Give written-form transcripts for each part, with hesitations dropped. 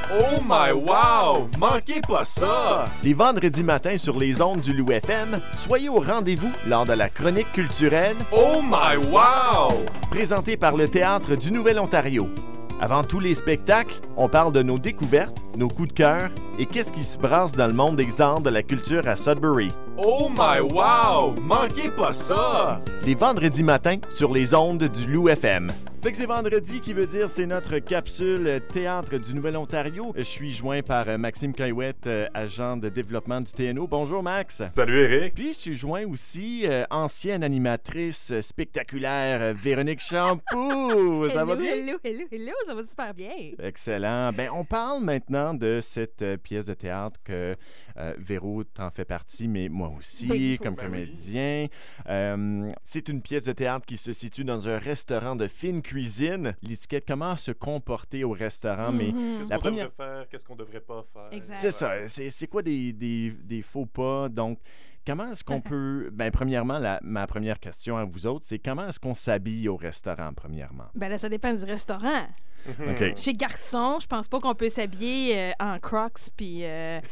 Oh my wow! Manquez pas ça! Les vendredis matins sur les ondes du Loup FM, soyez au rendez-vous lors de la chronique culturelle Oh my wow! présentée par le Théâtre du Nouvel-Ontario. Avant tous les spectacles, on parle de nos découvertes, nos coups de cœur et qu'est-ce qui se brasse dans le monde des arts de la culture à Sudbury. Oh my wow! Manquez pas ça! Les vendredis matins sur les ondes du Loup FM. Fait que c'est vendredi qui veut dire c'est notre capsule Théâtre du Nouvel-Ontario. Je suis joint par Maxime Caillouette, agent de développement du TNO. Bonjour Max. Salut Eric. Puis je suis joint aussi ancienne animatrice spectaculaire Véronique Champoux. Ça va bien? Hello, ça va super bien. Excellent. Ben on parle maintenant de cette pièce de théâtre que Véro t'en fait partie, mais moi aussi, comme comédien. C'est une pièce de théâtre qui se situe dans un restaurant de fine cuisine. L'étiquette, comment se comporter au restaurant, mais Qu'est-ce qu'on devrait faire, qu'est-ce qu'on devrait pas faire? Exact. c'est ça. C'est quoi des faux pas? Donc, comment est-ce qu'on peut... Ben, premièrement, ma première question à vous autres, c'est comment est-ce qu'on s'habille au restaurant, premièrement? Ben là, ça dépend du restaurant. OK. Chez Garçon, je pense pas qu'on peut s'habiller en Crocs puis en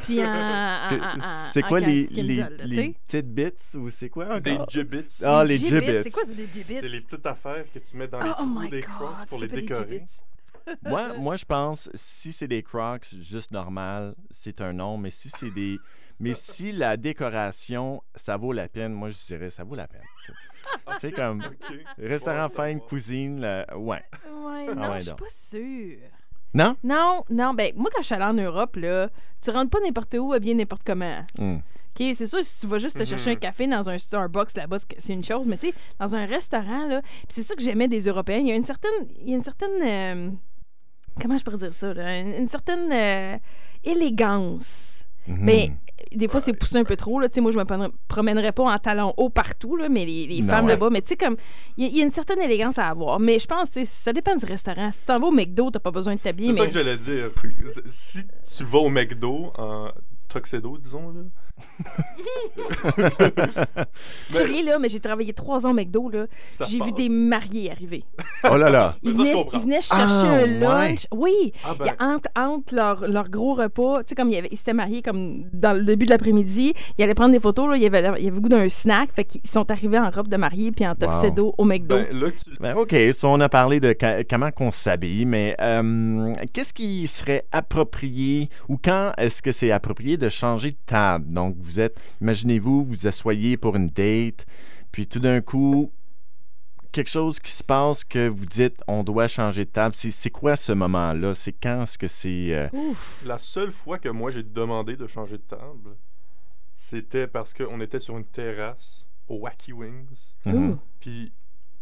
C'est quoi les camisole, là, tu sais? petites bits ou c'est quoi encore? Des gibbets. Ah, les Gibbets. gibbets. C'est quoi des gibbets? C'est les petites affaires que tu mets dans les Oh trous my des God, crocs pour ça les s'appelle des décorer. gibbets. Moi, je pense, si c'est des Crocs juste normal, c'est un nom, mais si c'est des... Mais si la décoration, ça vaut la peine, moi, je dirais ça vaut la peine. Tu sais, comme OK. restaurant Ouais, fine, ouais. cuisine, ouais. Ouais, Ah non, ouais, je suis donc. pas sûre. Non? Non, ben moi, quand je suis allée en Europe, là, tu rentres pas n'importe où, bien n'importe comment. Mm. OK, c'est sûr, si tu vas juste te chercher un café dans un Starbucks là-bas, c'est une chose, mais tu sais, dans un restaurant, là, puis c'est ça que j'aimais des Européens, il y a une certaine comment je pourrais dire ça, là? Une certaine élégance. Mhm. Mais des fois, c'est poussé un peu trop, là, tu sais, moi, je me promènerais pas en talons hauts partout, là, mais les Non, femmes ouais. là-bas, mais tu sais, comme, il y a une certaine élégance à avoir, mais je pense, tu sais, ça dépend du restaurant. Si tu t'en vas au McDo, t'as pas besoin de t'habiller, C'est ça mais... que j'allais dire. Si tu vas au McDo en tuxedo, disons, là. Tu ris, là, mais j'ai travaillé 3 ans au McDo, là. Ça J'ai vu passe. des mariés arriver. Oh là là! Mais ça, je comprends. Ils venaient chercher un lunch. Oui, Ah il y a ben, entre leur gros repas, tu sais, comme ils s'étaient mariés comme dans le début de l'après-midi, ils allaient prendre des photos, là, il y avait le goût d'un snack, fait qu'ils sont arrivés en robe de mariée puis en tuxedo au McDo. là, tu... Ben, OK, ça, on a parlé de comment qu'on s'habille, mais qu'est-ce qui serait approprié ou quand est-ce que c'est approprié de changer de table? Donc, vous êtes, imaginez-vous, vous asseyez pour une date, puis tout d'un coup, quelque chose qui se passe que vous dites, on doit changer de table. C'est quoi ce moment-là? C'est quand est-ce que c'est... Ouf. La seule fois que moi, j'ai demandé de changer de table, c'était parce qu'on était sur une terrasse au Wacky Wings. Mhm. Ouh. Puis,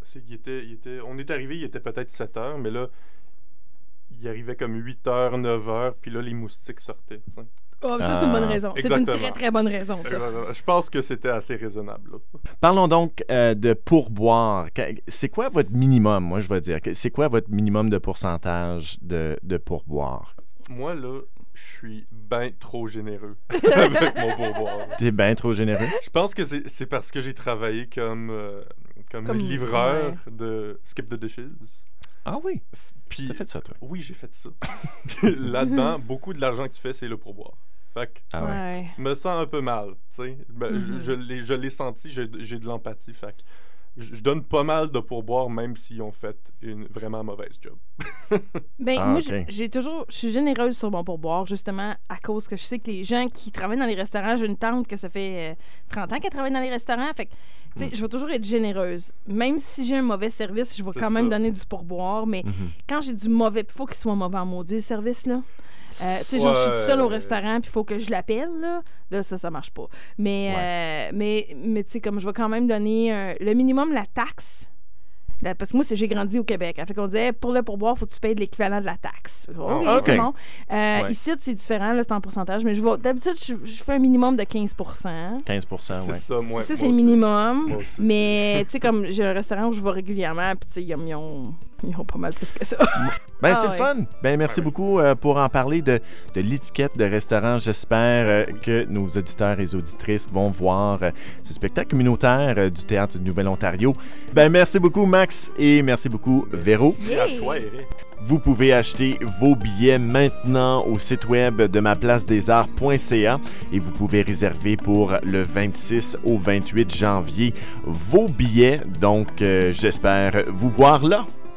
on est arrivé, il était peut-être 7 heures, mais là, il arrivait comme 8 heures, 9 heures, puis là, les moustiques sortaient. T'sais. Oh, ça, c'est une bonne raison. C'est une Exactement. très, très bonne raison, ça. Je pense que c'était assez raisonnable. Là. Parlons donc de pourboire. C'est quoi votre minimum, moi, je vais dire? C'est quoi votre minimum de pourcentage de pourboire? Moi, là, je suis bien trop généreux avec mon pourboire. T'es bien trop généreux? Je pense que c'est parce que j'ai travaillé comme Comme- livreur de Skip the Dishes. Ah oui? Puis, T'as fait ça, toi? oui, j'ai fait ça. Puis là-dedans, beaucoup de l'argent que tu fais, c'est le pourboire. Fait que Ah ouais. Ouais. je me sens un peu mal, tu sais. Ben, Mhm. je l'ai senti, j'ai de l'empathie. Fait que je donne pas mal de pourboire, même s'ils ont fait une vraiment mauvaise job. Ben, Ah, moi, ok. je suis généreuse sur mon pourboire, justement, à cause que je sais que les gens qui travaillent dans les restaurants, j'ai une tante que ça fait 30 ans qu'elle travaille dans les restaurants, fait que, tu sais, je vais toujours être généreuse. Même si j'ai un mauvais service, je vais C'est quand même ça. donner du pourboire, mais Mhm. quand j'ai du mauvais, il faut qu'il soit mauvais en maudit, le service, là. Tu sais, genre, je suis toute seule au restaurant, puis il faut que je l'appelle, là. Là, ça marche pas. Mais, mais tu sais, comme je vais quand même donner le minimum, la taxe. Parce que moi, j'ai grandi au Québec. Fait qu'on disait, pour le pourboire, il faut que tu payes l'équivalent de la taxe. OK, OK. c'est bon. Ouais. Ici, c'est différent, là, c'est en pourcentage, mais d'habitude, je fais un minimum de 15 15 C'est ouais. ça, moi. Ça, c'est moi le aussi. minimum. Moi aussi, Mais, tu sais, comme j'ai un restaurant où je vais régulièrement, puis, tu sais, ils ont Ils ont pas mal plus que ça. Ben, c'est le fun. Ben, merci beaucoup pour en parler de l'étiquette de restaurant. J'espère que nos auditeurs et auditrices vont voir ce spectacle communautaire du Théâtre du Nouvel-Ontario. Ben, merci beaucoup, Max, et merci beaucoup, Véro. Merci à toi, Eric. Vous pouvez acheter vos billets maintenant au site web de maplacedesarts.ca et vous pouvez réserver pour le 26 au 28 janvier vos billets. Donc, j'espère vous voir là.